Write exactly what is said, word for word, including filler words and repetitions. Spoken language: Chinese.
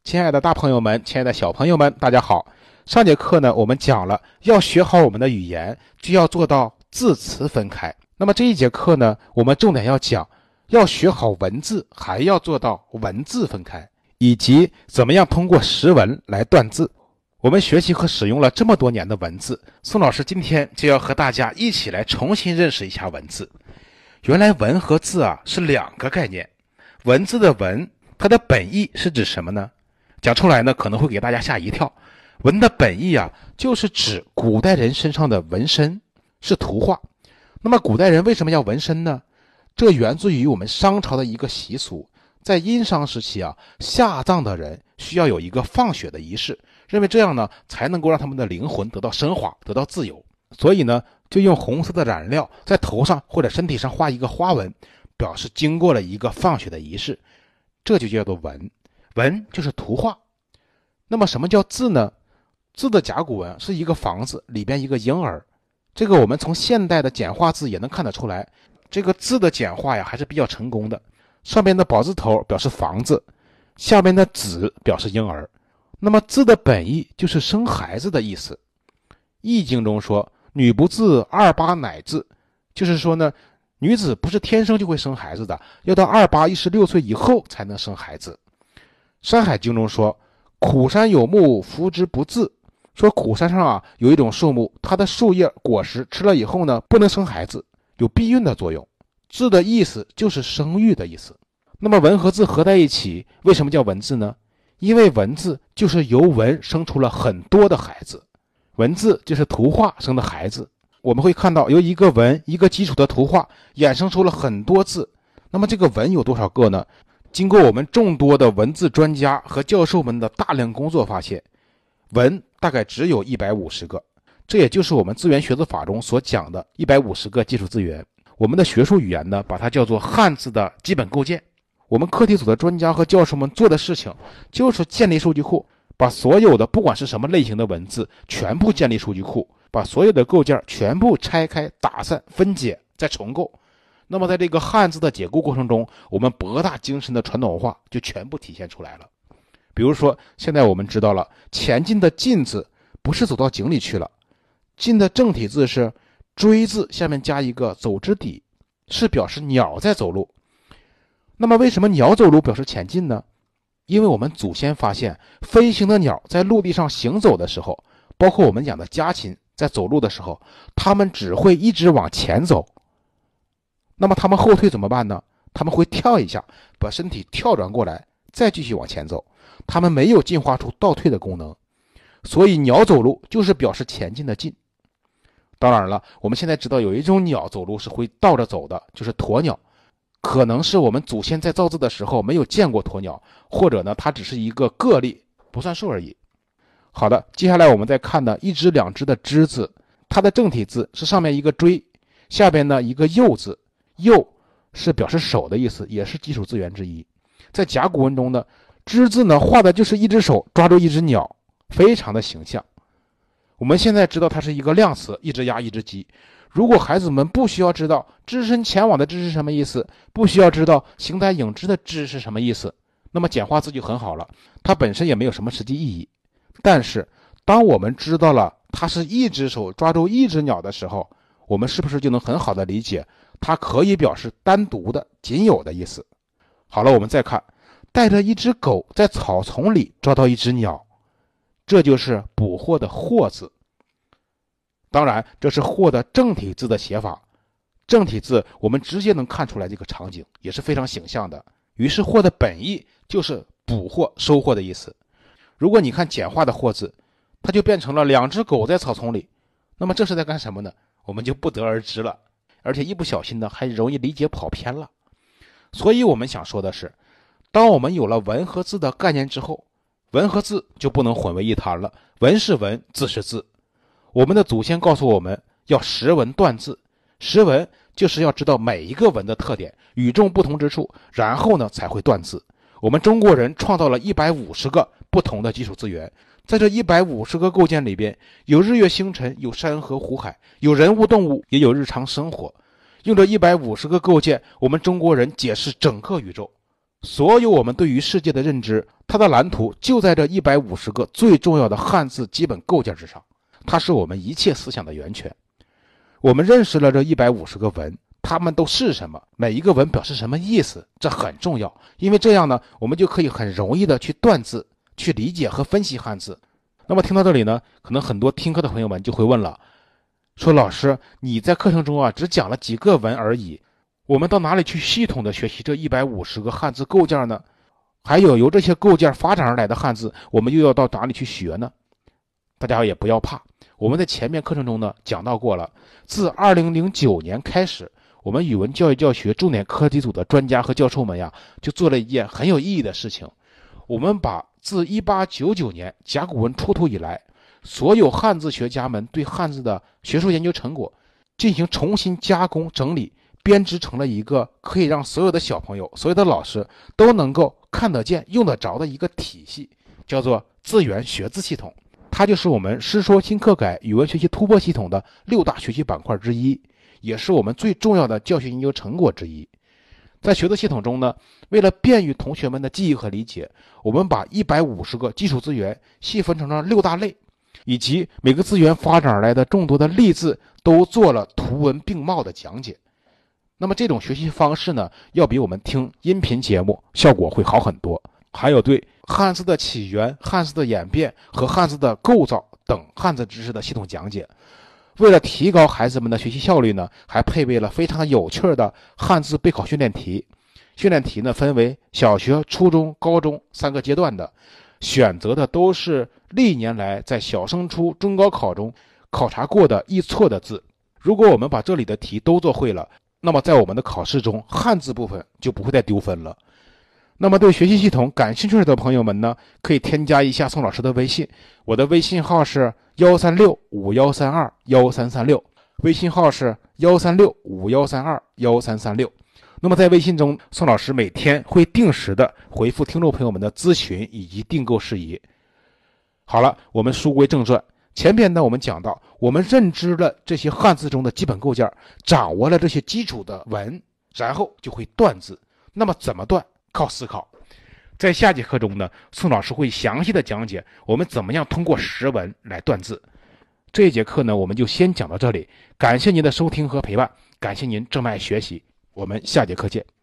亲爱的大朋友们，亲爱的小朋友们，大家好。上节课呢，我们讲了要学好我们的语言，就要做到字词分开。那么这一节课呢，我们重点要讲要学好文字，还要做到文字分开，以及怎么样通过识文来断字。我们学习和使用了这么多年的文字，宋老师今天就要和大家一起来重新认识一下文字。原来文和字啊是两个概念。文字的文，它的本意是指什么呢？讲出来呢可能会给大家吓一跳。文的本意啊就是指古代人身上的纹身，是图画。那么古代人为什么要纹身呢？这源自于我们商朝的一个习俗。在殷商时期啊，下葬的人需要有一个放血的仪式，认为这样呢才能够让他们的灵魂得到升华，得到自由。所以呢就用红色的染料在头上或者身体上画一个花纹，表示经过了一个放血的仪式，这就叫做文。文就是图画。那么什么叫字呢？字的甲骨文是一个房子里边一个婴儿，这个我们从现代的简化字也能看得出来，这个字的简化呀还是比较成功的。上边的宝字头表示房子，下边的子表示婴儿。那么字的本意就是生孩子的意思。易经中说女不自二八乃自，就是说呢女子不是天生就会生孩子的，要到二八一十六岁以后才能生孩子。山海经中说苦山有木，服之不自，说苦山上啊有一种树木，它的树叶果实吃了以后呢不能生孩子，有避孕的作用。字的意思就是生育的意思。那么文和字合在一起，为什么叫文字呢？因为文字就是由文生出了很多的孩子，文字就是图画生的孩子。我们会看到由一个文，一个基础的图画衍生出了很多字。那么这个文有多少个呢？经过我们众多的文字专家和教授们的大量工作发现，文大概只有一百五十个，这也就是我们字源学字法中所讲的一百五十个基础字源。我们的学术语言呢，把它叫做汉字的基本构建。我们课题组的专家和教授们做的事情，就是建立数据库，把所有的不管是什么类型的文字全部建立数据库，把所有的构件全部拆开、打散、分解，再重构。那么在这个汉字的解构过程中，我们博大精深的传统文化就全部体现出来了。比如说现在我们知道了前进的进字不是走到井里去了，进的正体字是追字，下面加一个走之底，是表示鸟在走路。那么为什么鸟走路表示前进呢？因为我们祖先发现飞行的鸟在陆地上行走的时候，包括我们养的家禽在走路的时候，它们只会一直往前走。那么它们后退怎么办呢？它们会跳一下，把身体跳转过来，再继续往前走。它们没有进化出倒退的功能，所以鸟走路就是表示前进的进。当然了，我们现在知道有一种鸟走路是会倒着走的，就是鸵鸟。可能是我们祖先在造字的时候没有见过鸵鸟，或者呢它只是一个个例，不算数而已。好的，接下来我们再看呢一只两只的之字，它的正体字是上面一个追，下边呢一个右字，右是表示手的意思，也是基础字源之一。在甲骨文中呢，之字呢画的就是一只手抓住一只鸟，非常的形象。我们现在知道它是一个量词，一只鸭一只鸡。如果孩子们不需要知道只身前往的之是什么意思，不需要知道形单影只的之是什么意思，那么简化字就很好了，它本身也没有什么实际意义。但是当我们知道了它是一只手抓住一只鸟的时候，我们是不是就能很好的理解它可以表示单独的仅有的意思。好了，我们再看带着一只狗在草丛里抓到一只鸟，这就是捕获的获字。当然这是获的正体字的写法，正体字我们直接能看出来这个场景，也是非常形象的。于是获的本意就是捕获收获的意思。如果你看简化的获字，它就变成了两只狗在草丛里，那么这是在干什么呢？我们就不得而知了，而且一不小心呢还容易理解跑偏了。所以我们想说的是，当我们有了文和字的概念之后，文和字就不能混为一谈了，文是文，字是字。我们的祖先告诉我们要识文断字，识文就是要知道每一个文的特点，与众不同之处，然后呢才会断字。我们中国人创造了一百五十个不同的基础字源，在这一百五十个构件里边，有日月星辰，有山河湖海，有人物动物，也有日常生活。用这一百五十个构件，我们中国人解释整个宇宙。 所有我们对于世界的认知，它的蓝图就在这一百五十个最重要的汉字基本构件之上，它是我们一切思想的源泉。我们认识了这一百五十个文，它们都是什么，每一个文表示什么意思，这很重要，因为这样呢，我们就可以很容易的去断字，去理解和分析汉字。那么听到这里呢，可能很多听课的朋友们就会问了，说老师，你在课程中啊只讲了几个文而已，我们到哪里去系统的学习这一百五十个汉字构件呢？还有由这些构件发展而来的汉字，我们又要到哪里去学呢？大家也不要怕，我们在前面课程中呢讲到过了，自二零零九年开始，我们语文教育教学重点课题组的专家和教授们呀，就做了一件很有意义的事情。我们把自一八九九年甲骨文出土以来，所有汉字学家们对汉字的学术研究成果进行重新加工整理，编织成了一个可以让所有的小朋友、所有的老师都能够看得见、用得着的一个体系，叫做字源学字系统。它就是我们师说新课改语文学习突破系统的六大学习板块之一，也是我们最重要的教学研究成果之一。在学字系统中呢，为了便于同学们的记忆和理解，我们把一百五十个基础字源细分成了六大类，以及每个字源发展而来的众多的例字都做了图文并茂的讲解。那么这种学习方式呢，要比我们听音频节目效果会好很多。还有对汉字的起源、汉字的演变和汉字的构造等汉字知识的系统讲解。为了提高孩子们的学习效率呢，还配备了非常有趣的汉字备考训练题。训练题呢分为小学、初中、高中三个阶段的，选择的都是历年来在小升初、中高考中考察过的易错的字。如果我们把这里的题都做会了，那么在我们的考试中，汉字部分就不会再丢分了。那么对学习系统感兴趣的朋友们呢，可以添加一下宋老师的微信，我的微信号是幺三六五幺三二幺三三六，微信号是幺三六五幺三二幺三三六。那么在微信中，宋老师每天会定时的回复听众朋友们的咨询以及订购事宜。好了，我们书归正传。前边呢，我们讲到，我们认知了这些汉字中的基本构件，掌握了这些基础的文，然后就会断字。那么怎么断？靠思考。在下节课中呢，宋老师会详细的讲解我们怎么样通过识文来断字。这一节课呢，我们就先讲到这里。感谢您的收听和陪伴，感谢您这么爱学习，我们下节课见。